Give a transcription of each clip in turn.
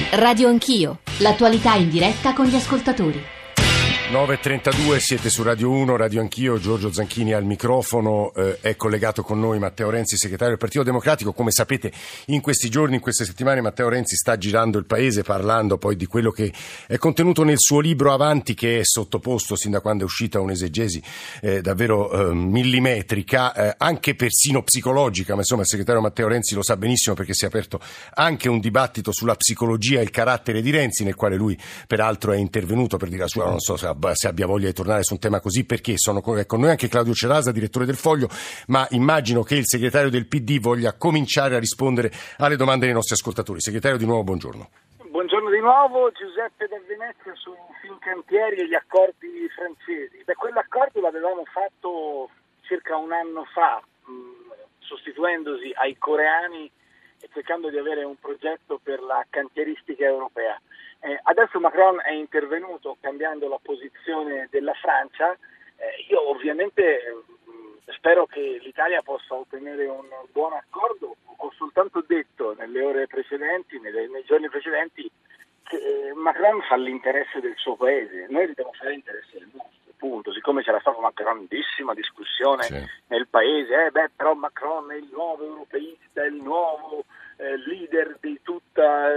Radio Anch'io, l'attualità in diretta con gli ascoltatori. 9.32, siete su Radio 1, Radio Anch'io, Giorgio Zanchini al microfono, è collegato con noi Matteo Renzi, segretario del Partito Democratico. Come sapete, in questi giorni, in queste settimane, Matteo Renzi sta girando il paese parlando poi di quello che è contenuto nel suo libro Avanti, che è sottoposto sin da quando è uscita un'esegesi davvero millimetrica, anche persino psicologica, ma insomma il segretario Matteo Renzi lo sa benissimo perché si è aperto anche un dibattito sulla psicologia e il carattere di Renzi, nel quale lui peraltro è intervenuto per dire la sua, non so se abbia voglia di tornare su un tema così, perché sono con noi anche Claudio Cerasa, direttore del Foglio, ma immagino che il segretario del PD voglia cominciare a rispondere alle domande dei nostri ascoltatori. Segretario, di nuovo buongiorno. Buongiorno di nuovo, Giuseppe da Venezia su Fincantieri e gli accordi francesi. Quell'accordo l'avevamo fatto circa un anno fa, sostituendosi ai coreani e cercando di avere un progetto per la cantieristica europea. Adesso Macron è intervenuto cambiando la posizione della Francia. Io ovviamente spero che l'Italia possa ottenere un buon accordo. Ho soltanto detto nelle ore precedenti, nei giorni precedenti, che Macron fa l'interesse del suo paese. Noi dobbiamo fare l'interesse del nostro, punto. Siccome c'era stata una grandissima discussione nel paese, però Macron è il nuovo europeista, è il nuovo leader di tutta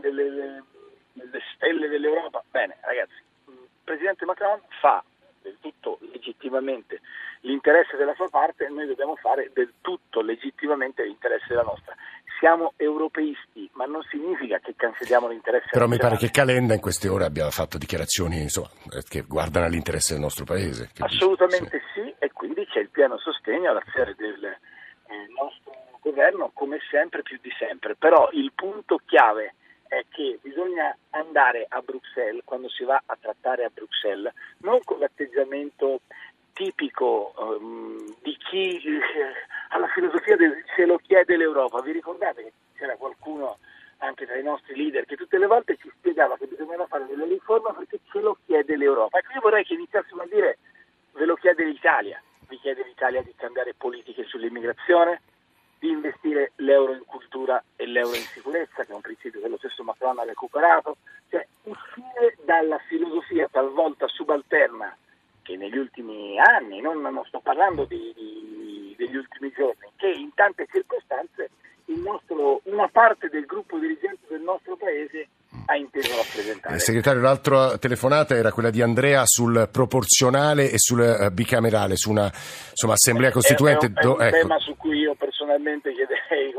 le stelle dell'Europa. Bene, ragazzi, il presidente Macron fa del tutto legittimamente l'interesse della sua parte e noi dobbiamo fare del tutto legittimamente l'interesse della nostra. Siamo europeisti, ma non significa che cancelliamo l'interesse Però nazionale. mi pare che Calenda in queste ore abbia fatto dichiarazioni che guardano all'interesse del nostro paese. Assolutamente sì, e quindi c'è il pieno sostegno all'azione del nostro governo, come sempre, più di sempre. Però il punto chiave è che bisogna andare a Bruxelles, quando si va a trattare a Bruxelles, non con l'atteggiamento tipico di chi ha la filosofia del se lo chiede l'Europa. Vi ricordate che c'era qualcuno anche tra i nostri leader che tutte le volte ci spiegava che bisognava fare delle riforme perché ce lo chiede l'Europa? Ecco, io vorrei che iniziassimo a dire ve lo chiede l'Italia. Vi chiede l'Italia di cambiare politiche sull'immigrazione, di investire l'euro in cultura e l'euro in sicurezza, che è un principio che lo stesso Macron ha recuperato, cioè uscire dalla filosofia talvolta subalterna che negli ultimi anni, non sto parlando degli ultimi giorni, che in tante circostanze una parte del gruppo dirigente del nostro paese ha inteso rappresentare. Segretario, l'altra telefonata era quella di Andrea sul proporzionale e sul bicamerale, su una assemblea costituente. È un tema su cui io personalmente chiederei,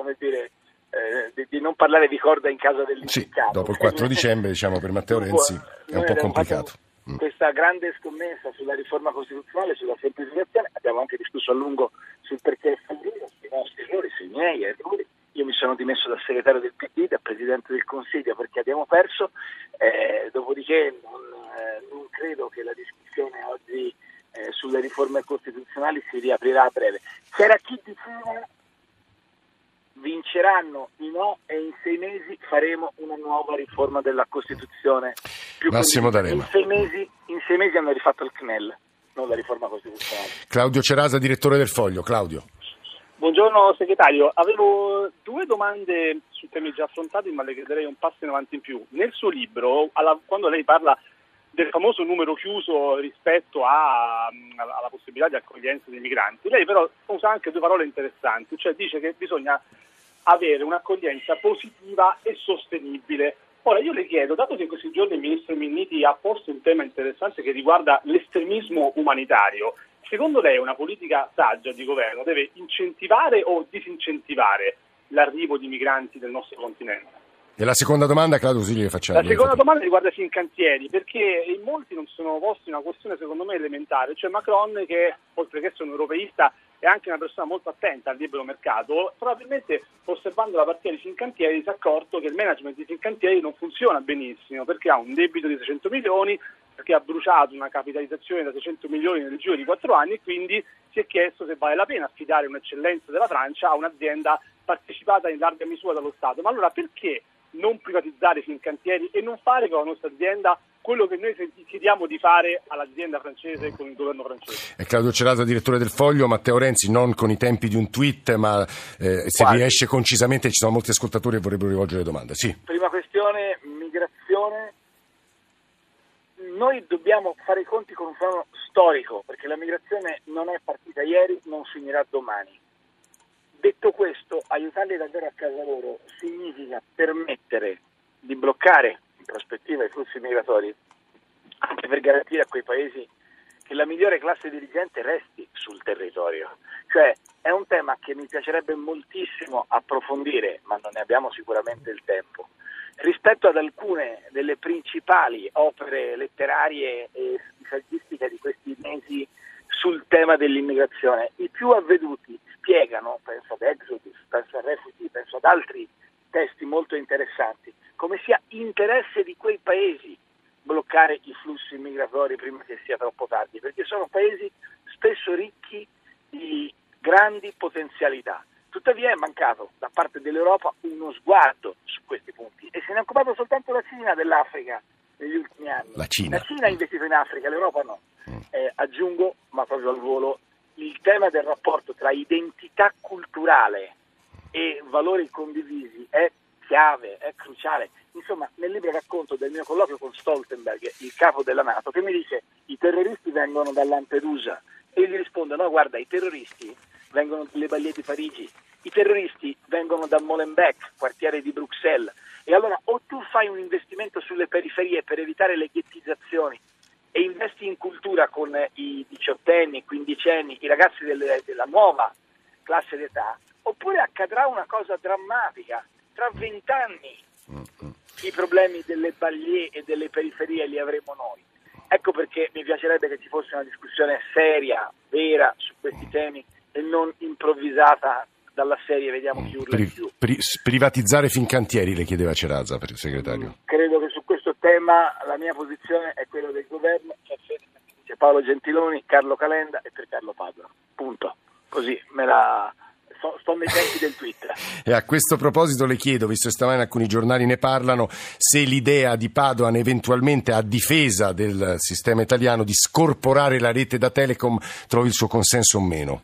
di non parlare di corda in casa dell'impiccato. Sì, dopo il 4 dicembre, per Matteo Renzi è un po' complicato. Questa grande scommessa sulla riforma costituzionale, sulla semplificazione, abbiamo anche discusso a lungo sul perché è fallito, sui nostri errori, sui miei errori. Io mi sono dimesso da segretario del PD, da presidente del Consiglio perché abbiamo perso, dopodiché non credo che la discussione oggi sulle riforme costituzionali si riaprirà a breve. C'era chi diceva vinceranno i no e in 6 mesi faremo una nuova riforma della Costituzione. Massimo D'Alema. In sei mesi hanno rifatto il CNEL, non la riforma costituzionale. Claudio Cerasa, direttore del Foglio. Claudio. Buongiorno segretario, avevo 2 domande su temi già affrontati, ma le chiederei un passo in avanti in più. Nel suo libro, quando lei parla del famoso numero chiuso rispetto alla possibilità di accoglienza dei migranti, lei però usa anche 2 parole interessanti, cioè dice che bisogna avere un'accoglienza positiva e sostenibile. Ora io le chiedo, dato che in questi giorni il ministro Minniti ha posto un tema interessante che riguarda l'estremismo umanitario, secondo lei una politica saggia di governo deve incentivare o disincentivare l'arrivo di migranti del nostro continente? E la seconda domanda, Claudio, così le facciamo. La seconda domanda riguarda Fincantieri, perché in molti non sono posti una questione secondo me elementare, cioè Macron, che oltre che essere un europeista è anche una persona molto attenta al libero mercato, probabilmente osservando la partita di Fincantieri si è accorto che il management di Fincantieri non funziona benissimo perché ha un debito di 600 milioni, perché ha bruciato una capitalizzazione da 600 milioni nel giro di 4 anni e quindi si è chiesto se vale la pena affidare un'eccellenza della Francia a un'azienda partecipata in larga misura dallo Stato. Ma allora perché non privatizzare Fincantieri e non fare con la nostra azienda quello che noi chiediamo di fare all'azienda francese e con il governo francese? È Claudio Cerasa, direttore del Foglio. Matteo Renzi, non con i tempi di un tweet, ma se riesce concisamente, ci sono molti ascoltatori che vorrebbero rivolgere domande. Sì. Prima questione. immigrazione, migrazione, noi dobbiamo fare i conti con un fenomeno storico, perché la migrazione non è partita ieri, non finirà domani. Detto questo, aiutarli davvero a casa loro significa permettere di bloccare in prospettiva i flussi migratori, anche per garantire a quei paesi che la migliore classe dirigente resti sul territorio. Cioè, è un tema che mi piacerebbe moltissimo approfondire, ma non ne abbiamo sicuramente il tempo. Rispetto ad alcune delle principali opere letterarie e saggistiche di questi mesi sul tema dell'immigrazione, i più avveduti spiegano, penso ad Exodus, penso a Refugee, penso ad altri testi molto interessanti, come sia interesse di quei paesi bloccare i flussi migratori prima che sia troppo tardi, perché sono paesi spesso ricchi di grandi potenzialità. Tuttavia è mancato da parte dell'Europa uno sguardo su questi punti e se ne è occupato soltanto la Cina dell'Africa negli ultimi anni. La Cina ha investito in Africa, l'Europa no. Aggiungo, ma proprio al volo, il tema del rapporto tra identità culturale e valori condivisi è chiave, è cruciale. Insomma, nel libro racconto del mio colloquio con Stoltenberg, il capo della NATO, che mi dice i terroristi vengono da Lampedusa e io gli rispondo no, guarda, i terroristi vengono dalle Baglie di Parigi, i terroristi vengono da Molenbeek, quartiere di Bruxelles, e allora o tu fai un investimento sulle periferie per evitare le ghettizzazioni e investi in cultura con i diciottenni, i quindicenni, i ragazzi della nuova classe d'età, oppure accadrà una cosa drammatica, tra 20 anni i problemi delle Baglie e delle periferie li avremo noi. Ecco perché mi piacerebbe che ci fosse una discussione seria, vera su questi temi e non improvvisata dalla serie vediamo chi urla di più. Privatizzare Fincantieri, le chiedeva Ceraza, segretario. Credo che su questo tema la mia posizione è quella del governo, c'è Paolo Gentiloni, Carlo Calenda e per Carlo Padova. Punto. Così sto nei tempi del Twitter. E a questo proposito le chiedo, visto che stamani alcuni giornali ne parlano, se l'idea di Padoan eventualmente a difesa del sistema italiano di scorporare la rete da Telecom trovi il suo consenso o meno.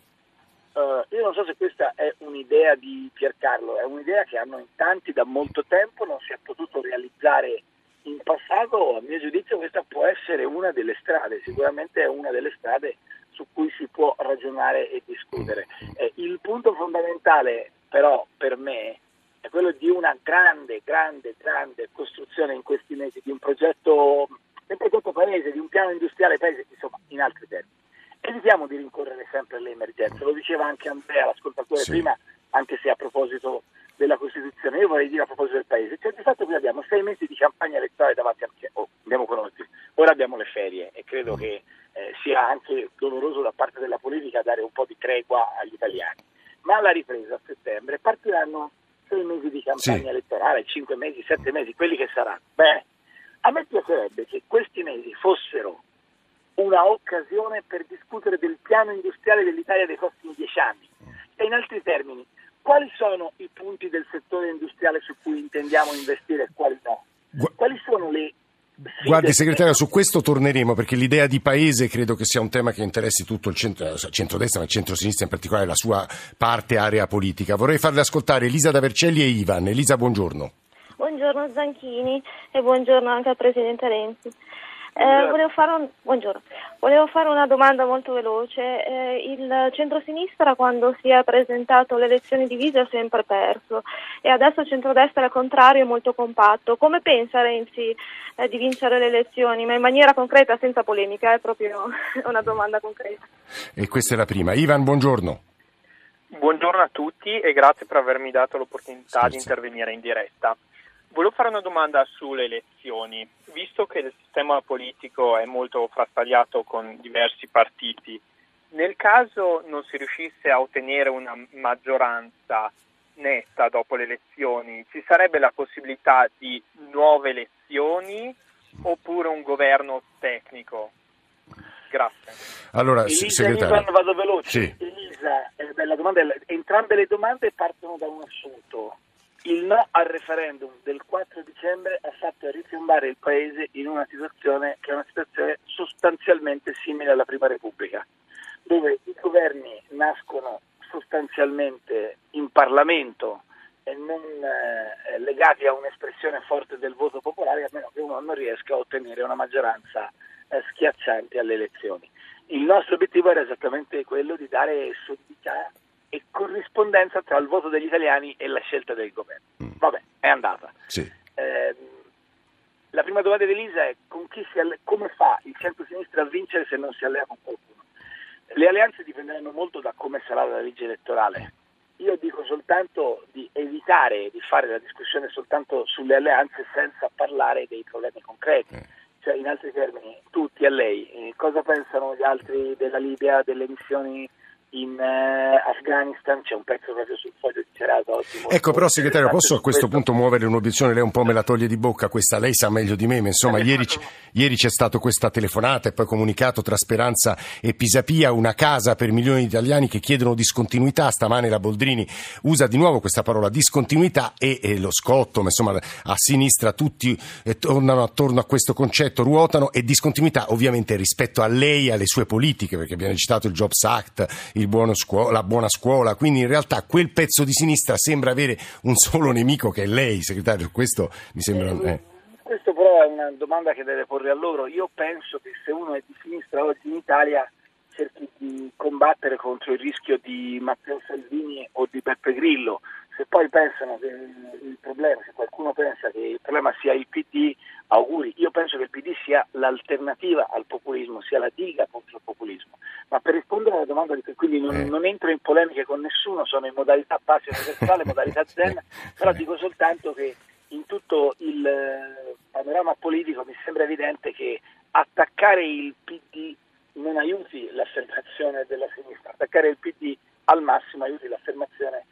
Io non so se questa è un'idea di Piercarlo, è un'idea che hanno in tanti da molto tempo, non si è potuto realizzare in passato. A mio giudizio questa può essere una delle strade, sicuramente è una delle strade su cui si può ragionare e discutere. Il punto fondamentale però per me è quello di una grande costruzione in questi mesi di un progetto paese, di un piano industriale paese, insomma in altri termini. Evitiamo di rincorrere sempre le emergenze, lo diceva anche Andrea, l'ascoltatore prima, anche se a proposito della Costituzione, io vorrei dire a proposito del paese, cioè di fatto qui abbiamo 6 mesi di campagna elettorale davanti a abbiamo conosciuto, ora abbiamo le ferie e credo che sia anche doloroso da parte della politica dare un po' di tregua agli italiani, ma alla ripresa a settembre partiranno 6 mesi di campagna elettorale, 5 mesi, 7 mesi, quelli che saranno. Bene, a me piacerebbe che questi mesi fossero una occasione per discutere del piano industriale dell'Italia dei prossimi 10 anni. E in altri termini, quali sono i punti del settore industriale su cui intendiamo investire e quali no? Quali sono le... Guardi segretario, su questo torneremo perché l'idea di paese credo che sia un tema che interessi tutto il centrodestra, ma il centrosinistra in particolare, la sua parte area politica. Vorrei farle ascoltare Elisa da Vercelli e Ivan. Elisa, buongiorno. Buongiorno Zanchini e buongiorno anche al Presidente Renzi. Volevo fare una domanda molto veloce. Il centrosinistra quando si è presentato alle elezioni divise ha sempre perso e adesso il centrodestra al contrario è molto compatto. Come pensa Renzi di vincere le elezioni? Ma in maniera concreta, senza polemica, è proprio una domanda concreta. E questa è la prima. Ivan, buongiorno. Buongiorno a tutti e grazie per avermi dato l'opportunità di intervenire in diretta. Volevo fare una domanda sulle elezioni. Visto che il sistema politico è molto frastagliato con diversi partiti, nel caso non si riuscisse a ottenere una maggioranza netta dopo le elezioni, ci sarebbe la possibilità di nuove elezioni oppure un governo tecnico? Grazie. Allora, Elisa, segretario. vado veloce. Sì. Elisa, bella domanda. Entrambe le domande partono da un assunto. Il no al referendum del 4 dicembre ha fatto ripiombare il Paese in una situazione che è una situazione sostanzialmente simile alla Prima Repubblica, dove i governi nascono sostanzialmente in Parlamento e non legati a un'espressione forte del voto popolare, a meno che uno non riesca a ottenere una maggioranza schiacciante alle elezioni. Il nostro obiettivo era esattamente quello di dare solidità e corrispondenza tra il voto degli italiani e la scelta del governo. Vabbè, è andata. Sì. La prima domanda di Elisa è come fa il centro-sinistra a vincere se non si allea con qualcuno? Le alleanze dipenderanno molto da come sarà la legge elettorale. Io dico soltanto di evitare di fare la discussione soltanto sulle alleanze senza parlare dei problemi concreti. Cioè, in altri termini, tu ti allei. Cosa pensano gli altri della Libia, delle missioni in Afghanistan? C'è un pezzo proprio sul Foglio di Cerasa oggi. Ecco, però segretario, posso a questo punto muovere un'obiezione? Lei un po' me la toglie di bocca, questa lei sa meglio di me, ma insomma ieri c'è stata questa telefonata e poi comunicato tra Speranza e Pisapia, una casa per milioni di italiani che chiedono discontinuità. Stamane la Boldrini usa di nuovo questa parola discontinuità e lo scotto, ma insomma a sinistra tutti tornano attorno a questo concetto, ruotano, e discontinuità ovviamente rispetto a lei e alle sue politiche, perché abbiamo citato il Jobs Act, la buona scuola, quindi in realtà quel pezzo di sinistra sembra avere un solo nemico che è lei, segretario. Questo mi sembra... Questo però è una domanda che deve porre a loro. Io penso che se uno è di sinistra oggi in Italia cerchi di combattere contro il rischio di Matteo Salvini o di Beppe Grillo. Se poi pensano che il problema, se qualcuno pensa che il problema sia il PD, auguri. Io penso che il PD sia l'alternativa al populismo, sia la diga contro il populismo. Ma per rispondere alla domanda, quindi non entro in polemiche con nessuno, sono in modalità pace universale, modalità zen, però dico soltanto che in tutto il panorama politico mi sembra evidente che attaccare il PD non aiuti l'affermazione della sinistra, attaccare il PD al massimo aiuti l'affermazione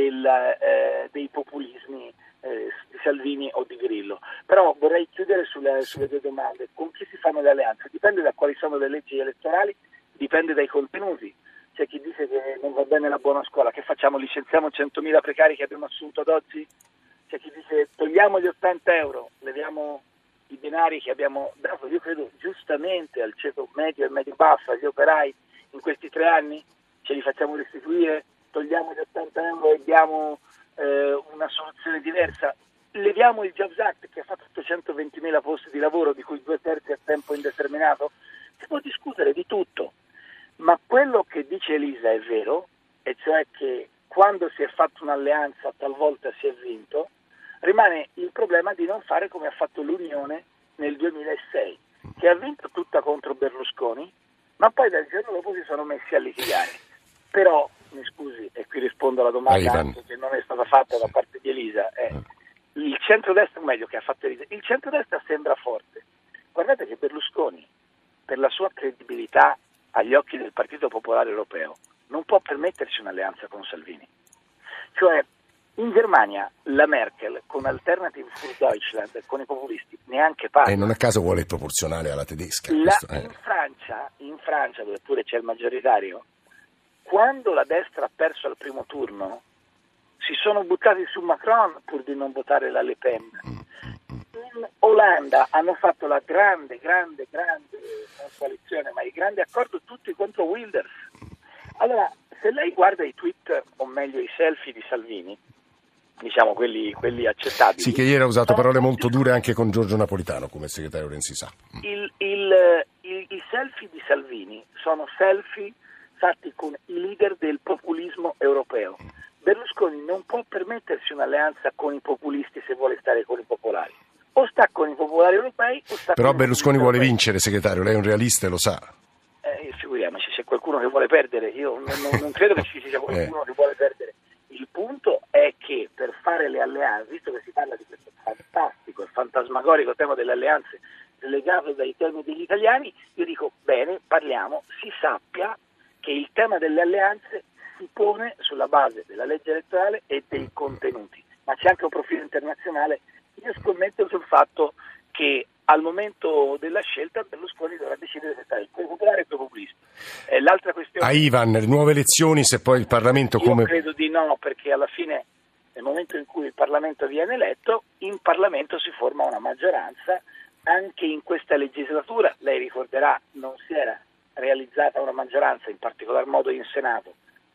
dei populismi di Salvini o di Grillo. Però vorrei chiudere sulle due domande. Con chi si fanno le alleanze? Dipende da quali sono le leggi elettorali, dipende dai contenuti. C'è chi dice che non va bene la buona scuola, che facciamo? Licenziamo 100.000 precari che abbiamo assunto ad oggi? C'è chi dice togliamo gli 80 euro, leviamo i denari che abbiamo dato, io credo giustamente, al ceto medio e medio-basso, agli operai in questi 3 anni, ce li facciamo restituire, togliamo gli 80 euro e diamo una soluzione diversa. Leviamo il Jobs Act che ha fatto 820.000 posti di lavoro, di cui 2/3 a tempo indeterminato. Si può discutere di tutto, ma quello che dice Elisa è vero, e cioè che quando si è fatto un'alleanza talvolta si è vinto. Rimane il problema di non fare come ha fatto l'Unione nel 2006, che ha vinto tutta contro Berlusconi, ma poi dal giorno dopo si sono messi a litigare. Però, mi scusi, e qui rispondo alla domanda anche che non è stata fatta da parte di Elisa, il centrodestra, o meglio che ha fatto Elisa, il centrodestra sembra forte. Guardate che Berlusconi, per la sua credibilità agli occhi del Partito Popolare Europeo, non può permettersi un'alleanza con Salvini. Cioè, in Germania la Merkel con Alternative für Deutschland, con i populisti, neanche parla. E non a caso vuole il proporzionale alla tedesca. In Francia, dove pure c'è il maggioritario, quando la destra ha perso al primo turno, si sono buttati su Macron pur di non votare la Le Pen. In Olanda hanno fatto la grande coalizione, ma il grande accordo tutti contro Wilders. Allora, se lei guarda i tweet, o meglio i selfie di Salvini, diciamo quelli accettabili. Sì, che ieri ha usato parole molto dure anche con Giorgio Napolitano, come il segretario Renzi sa. I selfie di Salvini sono selfie fatti con i leader del populismo europeo. Berlusconi non può permettersi un'alleanza con i populisti se vuole stare con i popolari. O sta con i popolari europei o sta Però con Berlusconi vuole europei. vincere, segretario, lei è un realista e lo sa. Figuriamoci, c'è qualcuno che vuole perdere, io non credo che ci sia qualcuno che vuole perdere. Il punto è che per fare le alleanze, visto che si parla di questo fantastico e fantasmagorico tema delle alleanze legato dai temi degli italiani, io dico bene, parliamo, si sappia che il tema delle alleanze si pone sulla base della legge elettorale e dei contenuti, ma c'è anche un profilo internazionale. Io scommetto sul fatto che al momento della scelta Berlusconi dovrà decidere se stare con i popolari o con i populisti. L'altra questione... A Ivan, nuove elezioni, se poi il Parlamento come... Io credo di no, perché alla fine nel momento in cui il Parlamento viene eletto, in Parlamento si forma una maggioranza. Anche in questa legislatura, lei ricorderà, non si era realizzata una maggioranza, in particolar modo in Senato,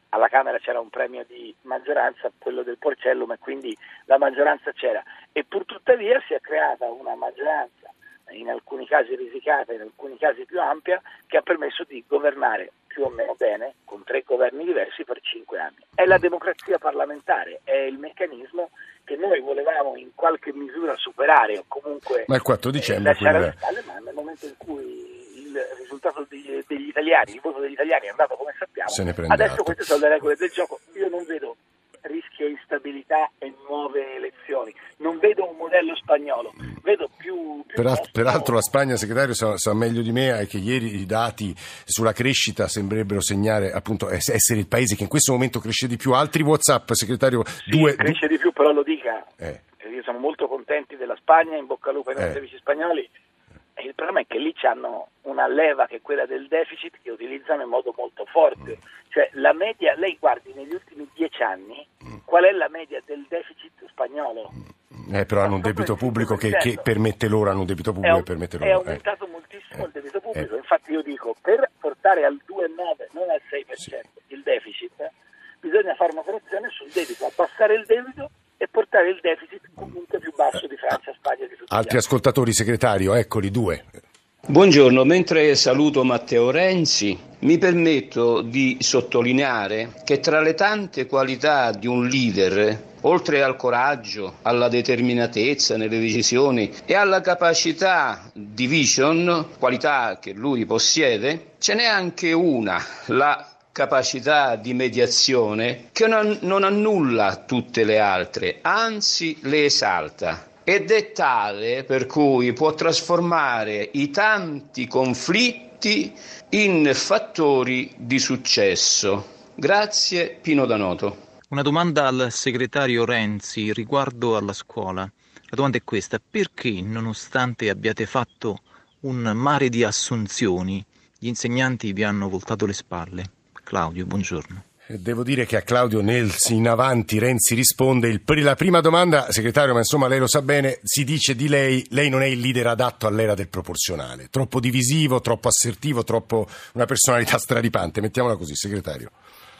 alla Camera c'era un premio di maggioranza, quello del Porcellum, e quindi la maggioranza c'era. E pur tuttavia si è creata una maggioranza, in alcuni casi risicata, in alcuni casi più ampia, che ha permesso di governare più o meno bene, con 3 governi diversi per 5 anni. È la democrazia parlamentare, è il meccanismo che noi volevamo in qualche misura superare o comunque ma il 4 dicembre lasciare alle spalle, ma nel momento in cui il risultato degli italiani, il voto degli italiani è andato come sappiamo, adesso atto. queste sono le regole del gioco. Io non vedo rischio instabilità e nuove elezioni, non vedo un modello spagnolo, vedo più peraltro la Spagna, segretario, sa meglio di me, è che ieri i dati sulla crescita sembrerebbero segnare appunto essere il paese che in questo momento cresce di più. Altri WhatsApp, segretario? Sì, cresce di più, però lo dica, io sono molto contenti della Spagna, in bocca al lupo ai nostri amici spagnoli. E il problema è che lì hanno una leva che è quella del deficit, che utilizzano in modo molto forte. Cioè la media, lei guardi negli ultimi 10 anni, qual è la media del deficit spagnolo? Però hanno un debito pubblico che permette loro, hanno un debito pubblico che permette loro. È aumentato moltissimo il debito pubblico, infatti io dico, per portare al 2,9, non al 6% il deficit, bisogna fare un'operazione sul debito, abbassare il debito e portare il deficit comunque più basso di Francia, Spagna e di tutti. Altri ascoltatori, segretario, eccoli 2. Buongiorno, mentre saluto Matteo Renzi, mi permetto di sottolineare che tra le tante qualità di un leader, oltre al coraggio, alla determinatezza nelle decisioni e alla capacità di vision, qualità che lui possiede, ce n'è anche una, la capacità di mediazione, che non annulla tutte le altre, anzi le esalta. Ed è tale per cui può trasformare i tanti conflitti in fattori di successo. Grazie, Pino Danoto. Una domanda al segretario Renzi riguardo alla scuola. La domanda è questa: perché, nonostante abbiate fatto un mare di assunzioni, gli insegnanti vi hanno voltato le spalle? Claudio, buongiorno. Devo dire che a Claudio in avanti Renzi risponde. La prima domanda, segretario, ma insomma lei lo sa bene, si dice di lei non è il leader adatto all'era del proporzionale, troppo divisivo, troppo assertivo, troppo una personalità straripante, mettiamola così, segretario.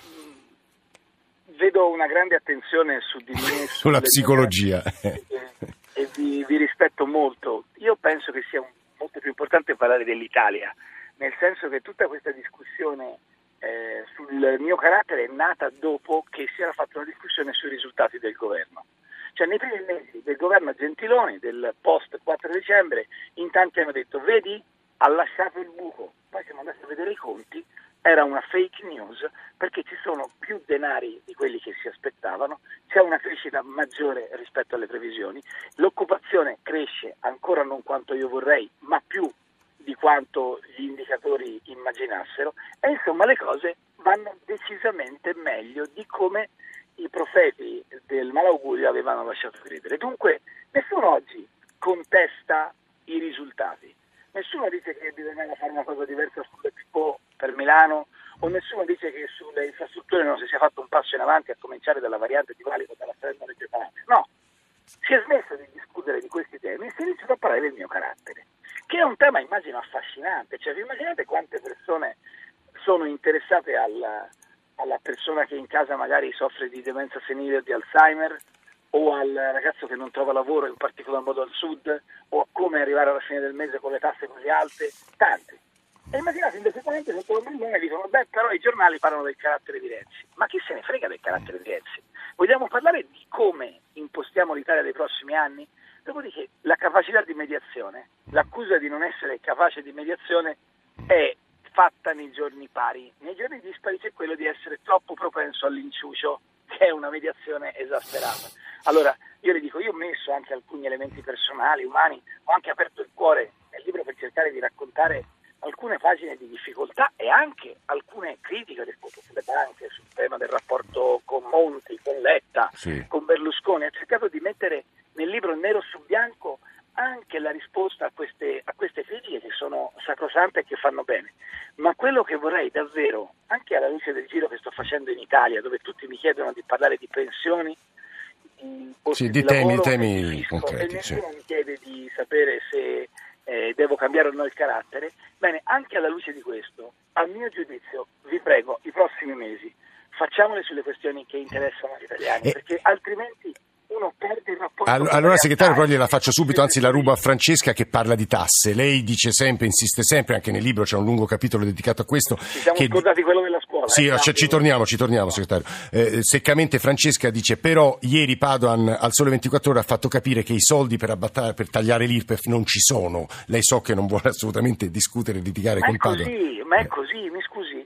Vedo una grande attenzione su di me, sulla psicologia e vi rispetto molto. Io penso che sia molto più importante parlare dell'Italia, nel senso che tutta questa discussione sul mio carattere è nata dopo che si era fatta una discussione sui risultati del governo. Cioè nei primi mesi del governo Gentiloni, del post 4 dicembre, in tanti hanno detto: vedi, ha lasciato il buco. Poi siamo andati a vedere i conti, era una fake news, perché ci sono più denari di quelli che si aspettavano, c'è una crescita maggiore rispetto alle previsioni, l'occupazione cresce ancora non quanto io vorrei, ma più di quanto gli indicatori immaginassero, e insomma le cose vanno decisamente meglio di come i profeti del malaugurio avevano lasciato credere. Dunque nessuno oggi contesta i risultati, nessuno dice che bisognava fare una cosa diversa sull'Expo per Milano, o nessuno dice che sulle infrastrutture non si sia fatto un passo in avanti, a cominciare dalla variante di Valico, dalla strada regionale. No, si è smesso di discutere di questi temi e si è iniziato a parlare del mio carattere, che è un tema, immagino, affascinante. Cioè, vi immaginate quante persone sono interessate alla persona che in casa magari soffre di demenza senile o di Alzheimer, o al ragazzo che non trova lavoro, in particolar modo al sud, o a come arrivare alla fine del mese con le tasse così alte? Tante. E immaginate, immediatamente sotto l'ombrellone dicono: beh, però i giornali parlano del carattere di Renzi. Ma chi se ne frega del carattere di Renzi? Vogliamo parlare di come impostiamo l'Italia dei prossimi anni? Dopodiché la capacità di mediazione, l'accusa di non essere capace di mediazione è fatta nei giorni pari. Nei giorni dispari c'è quello di essere troppo propenso all'inciucio, che è una mediazione esasperata. Allora, io le dico, io ho messo anche alcuni elementi personali, umani, ho anche aperto il cuore nel libro per cercare di raccontare alcune pagine di difficoltà e anche alcune critiche rispetto sulle banche, sul tema del rapporto con Monti, con Letta, sì, con Berlusconi. Ho cercato di mettere nel libro nero su bianco anche la risposta a queste critiche, che sono sacrosante e che fanno bene. Ma quello che vorrei davvero, anche alla luce del giro che sto facendo in Italia, dove tutti mi chiedono di parlare di pensioni, di posti di lavoro, temi concreti, e nessuno mi chiede di sapere se devo cambiare o no il carattere. Bene, anche alla luce di questo, a mio giudizio, vi prego, i prossimi mesi facciamole sulle questioni che interessano agli italiani, perché altrimenti uno perde il rapporto. Allora, segretario, però gliela faccio subito, anzi la rubo a Francesca, che parla di tasse. Lei dice sempre, insiste sempre, anche nel libro c'è un lungo capitolo dedicato a questo. Ci siamo scordati quello della scuola. Sì, ci torniamo, segretario. Seccamente Francesca dice, però ieri Padoan al Sole 24 Ore ha fatto capire che i soldi per tagliare l'IRPEF non ci sono. Lei so che non vuole assolutamente discutere e litigare con Padoan. Ma è così, mi scusi,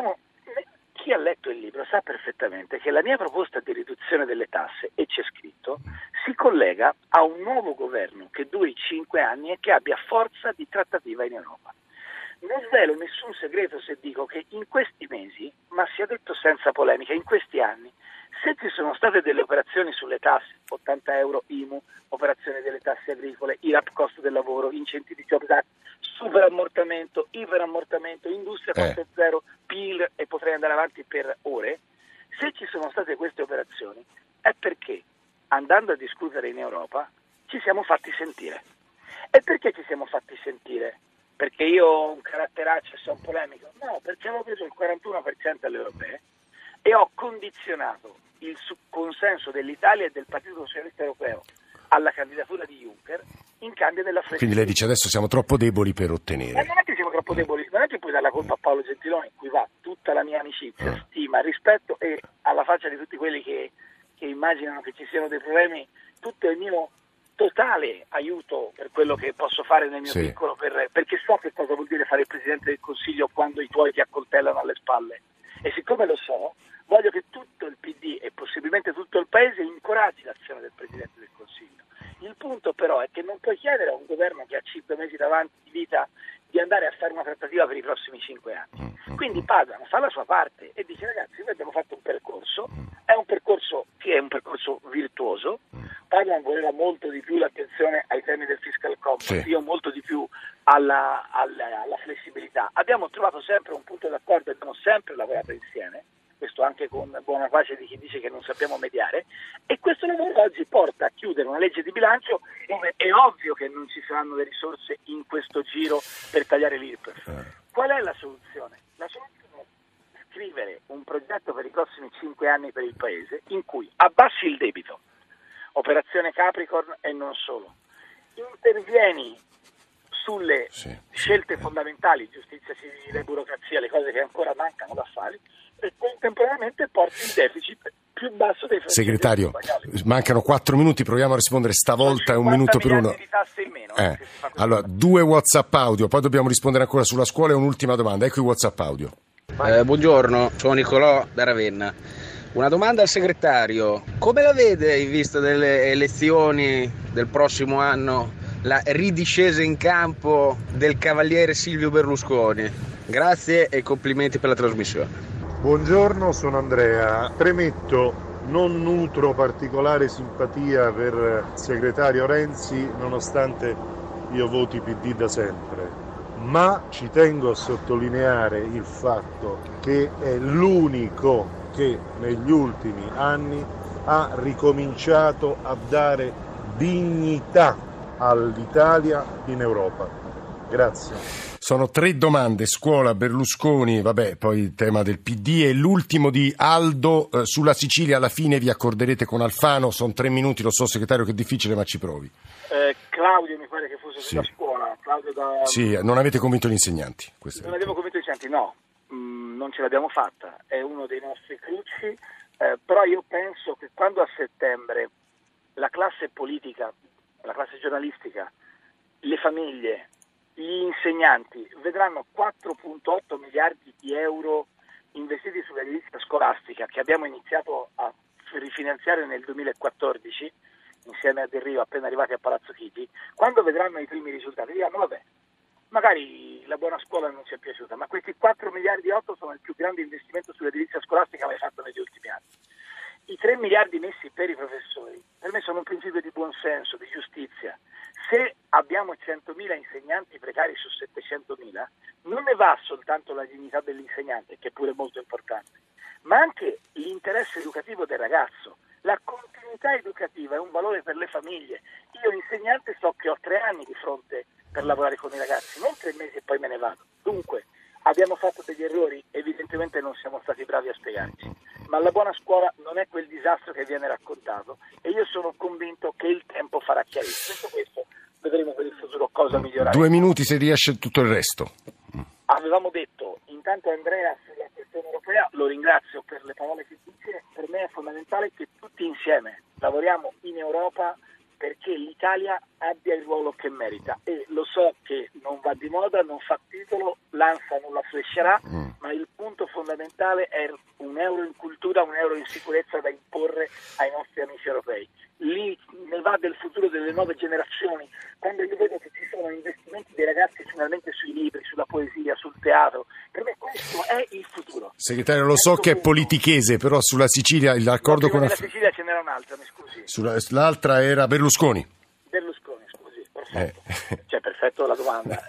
chi ha letto il libro sa perfettamente che la mia proposta di riduzione delle tasse, e c'è scritto, si collega a un nuovo governo che duri 5 anni e che abbia forza di trattativa in Europa. Non svelo nessun segreto se dico che in questi mesi, ma sia detto senza polemica, in questi anni, se ci sono state delle operazioni sulle tasse, 80 euro IMU, operazioni delle tasse agricole, IRAP costo del lavoro, incentivi Jobs Act, superammortamento, iperammortamento, industria 4.0, PIL, e potrei andare avanti per ore, se ci sono state queste operazioni è perché, andando a discutere in Europa, ci siamo fatti sentire. E perché ci siamo fatti sentire? Perché io ho un caratteraccio e sono polemico? No, perché avevo preso il 41% alle europee e ho condizionato il consenso dell'Italia e del Partito Socialista Europeo alla candidatura di Juncker in cambio della flessibilità. Quindi lei dice adesso siamo troppo deboli per ottenere. Ma non è che siamo troppo deboli, non è che puoi dare la colpa a Paolo Gentiloni, cui va tutta la mia amicizia, stima, rispetto, e alla faccia di tutti quelli che immaginano che ci siano dei problemi, tutto il mio totale aiuto per quello che posso fare nel mio piccolo, perché so che cosa vuol dire fare il Presidente del Consiglio quando i tuoi ti accoltellano alle spalle, e siccome lo so, voglio che tutto il PD e possibilmente tutto il Paese incoraggi l'azione del Presidente del Consiglio. Il punto però è che non puoi chiedere a un governo che ha 5 mesi davanti di vita di andare a fare una trattativa per i prossimi 5 anni. Quindi Padoan fa la sua parte e dice: ragazzi, noi abbiamo fatto un percorso, è un percorso che è un percorso virtuoso. Padoan voleva molto di più l'attenzione ai temi del fiscal compact, io molto di più alla flessibilità. Abbiamo trovato sempre un punto d'accordo e abbiamo sempre lavorato insieme, questo anche con buona pace di chi dice che non sappiamo mediare, e questo lavoro oggi porta a chiudere una legge di bilancio dove è ovvio che non ci saranno le risorse in questo giro per tagliare l'IRPEF. Qual è la soluzione? La soluzione è scrivere un progetto per i prossimi 5 anni per il Paese in cui abbassi il debito, operazione Capricorn e non solo, intervieni sulle scelte fondamentali, giustizia civile, burocrazia, le cose che ancora mancano da fare, e contemporaneamente porti il deficit più basso dei francesi. Segretario, mancano 4 minuti, proviamo a rispondere stavolta, un minuto per uno. Di tasse in meno, allora, 2 WhatsApp audio, poi dobbiamo rispondere ancora sulla scuola e un'ultima domanda. Ecco i WhatsApp audio. Buongiorno, sono Nicolò da Ravenna. Una domanda al segretario: come la vede in vista delle elezioni del prossimo anno la ridiscesa in campo del cavaliere Silvio Berlusconi? Grazie e complimenti per la trasmissione. Buongiorno, sono Andrea. Premetto, non nutro particolare simpatia per il segretario Renzi, nonostante io voti PD da sempre, ma ci tengo a sottolineare il fatto che è l'unico che negli ultimi anni ha ricominciato a dare dignità all'Italia in Europa. Grazie. Sono 3 domande: scuola, Berlusconi, poi il tema del PD, e l'ultimo di Aldo sulla Sicilia. Alla fine vi accorderete con Alfano, sono 3 minuti, lo so segretario che è difficile, ma ci provi. Claudio mi pare che fosse sulla scuola. Claudio Sì, non avete convinto gli insegnanti? Non abbiamo convinto gli insegnanti, no, non ce l'abbiamo fatta, è uno dei nostri cruci, però io penso che quando a settembre la classe politica, la classe giornalistica, le famiglie, gli insegnanti vedranno 4,8 miliardi di euro investiti sull'edilizia scolastica che abbiamo iniziato a rifinanziare nel 2014 insieme a Del Rio, appena arrivati a Palazzo Chigi. Quando vedranno i primi risultati diranno: vabbè, magari la buona scuola non ci è piaciuta, ma questi 4 miliardi e 8 sono il più grande investimento sull'edilizia scolastica mai fatto negli ultimi anni. I 3 miliardi messi per i professori per me sono un principio di buonsenso, di giustizia. Se abbiamo 100.000 insegnanti precari su 700.000, non ne va soltanto la dignità dell'insegnante, che pure è molto importante, ma anche l'interesse educativo del ragazzo. La continuità educativa è un valore per le famiglie. Io insegnante so che ho 3 anni di fronte per lavorare con i ragazzi, non 3 mesi e poi me ne vado. Dunque, Abbiamo fatto degli errori, evidentemente non siamo stati bravi a spiegarci, ma la buona scuola non è quel disastro che viene raccontato e io sono convinto che il tempo farà chiarezza. Detto questo, vedremo per il futuro cosa migliorare. 2 minuti se riesce tutto il resto. Avevamo detto, intanto Andrea, sulla questione europea, lo ringrazio per le parole che dice, per me è fondamentale che tutti insieme lavoriamo in Europa perché l'Italia abbia il ruolo che merita e lo so che non va di moda, non fa titolo, l'ANSA non la flasherà, ma il punto fondamentale è un euro in cultura, un euro in sicurezza da imporre ai nostri amici europei. Lì ne va del futuro delle nuove generazioni. Quando io vedo che ci sono investimenti dei ragazzi finalmente sui libri, sulla poesia, sul teatro, per me questo è il futuro. Segretario, lo so che è politichese, però sulla Sicilia l'accordo con la Sicilia ce n'era un'altra, mi scusi. L'altra era Berlusconi. Berlusconi, scusi, perfetto. Cioè, perfetto la domanda.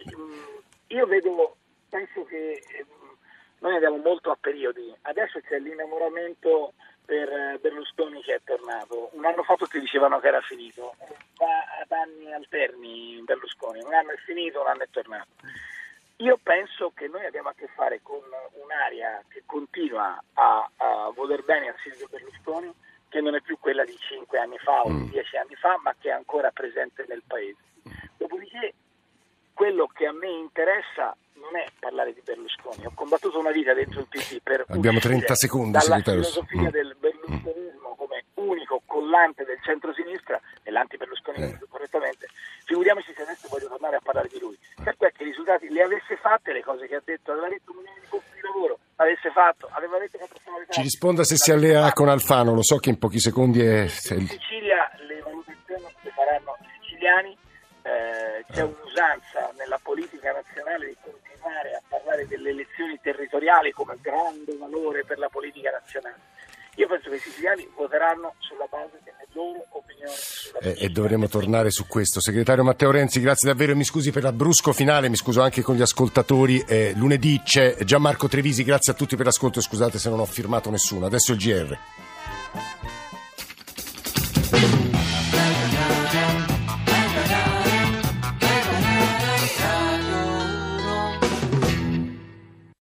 Io penso che noi andiamo molto a periodi. Adesso c'è l'innamoramento per Berlusconi che è tornato. Un anno fa tutti dicevano che era finito. Va ad anni alterni Berlusconi. Un anno è finito, un anno è tornato. Io penso che noi abbiamo a che fare con un'area che continua a voler bene a Silvio Berlusconi, che non è più quella di 5 anni fa o di 10 anni fa, ma che è ancora presente nel paese. Dopodiché, quello che a me interessa non è parlare di Berlusconi. Ho combattuto una vita dentro il PD per Abbiamo 30 secondi, dalla segretario. filosofia del berlusconismo come unico collante del centro-sinistra e l'anti-berlusconismo correttamente. Figuriamoci se adesso voglio tornare a parlare di lui. Certo è che i risultati le avesse fatte le cose che ha detto, aveva detto 1 milione di posti di lavoro, avesse fatto, aveva detto che Ci risponda se si allea con Alfano, lo so che in pochi secondi in Sicilia le valutazioni le faranno i siciliani. C'è un'usanza nella politica nazionale di continuare a parlare delle elezioni territoriali come grande valore per la politica nazionale. Io penso che i siciliani voteranno sulla base delle loro opinioni e dovremo tornare su questo. Segretario Matteo Renzi, grazie davvero, mi scusi per l'abbrusco finale, mi scuso anche con gli ascoltatori. Lunedì c'è Gianmarco Trevisi, grazie a tutti per l'ascolto e scusate se non ho firmato nessuno. Adesso il GR.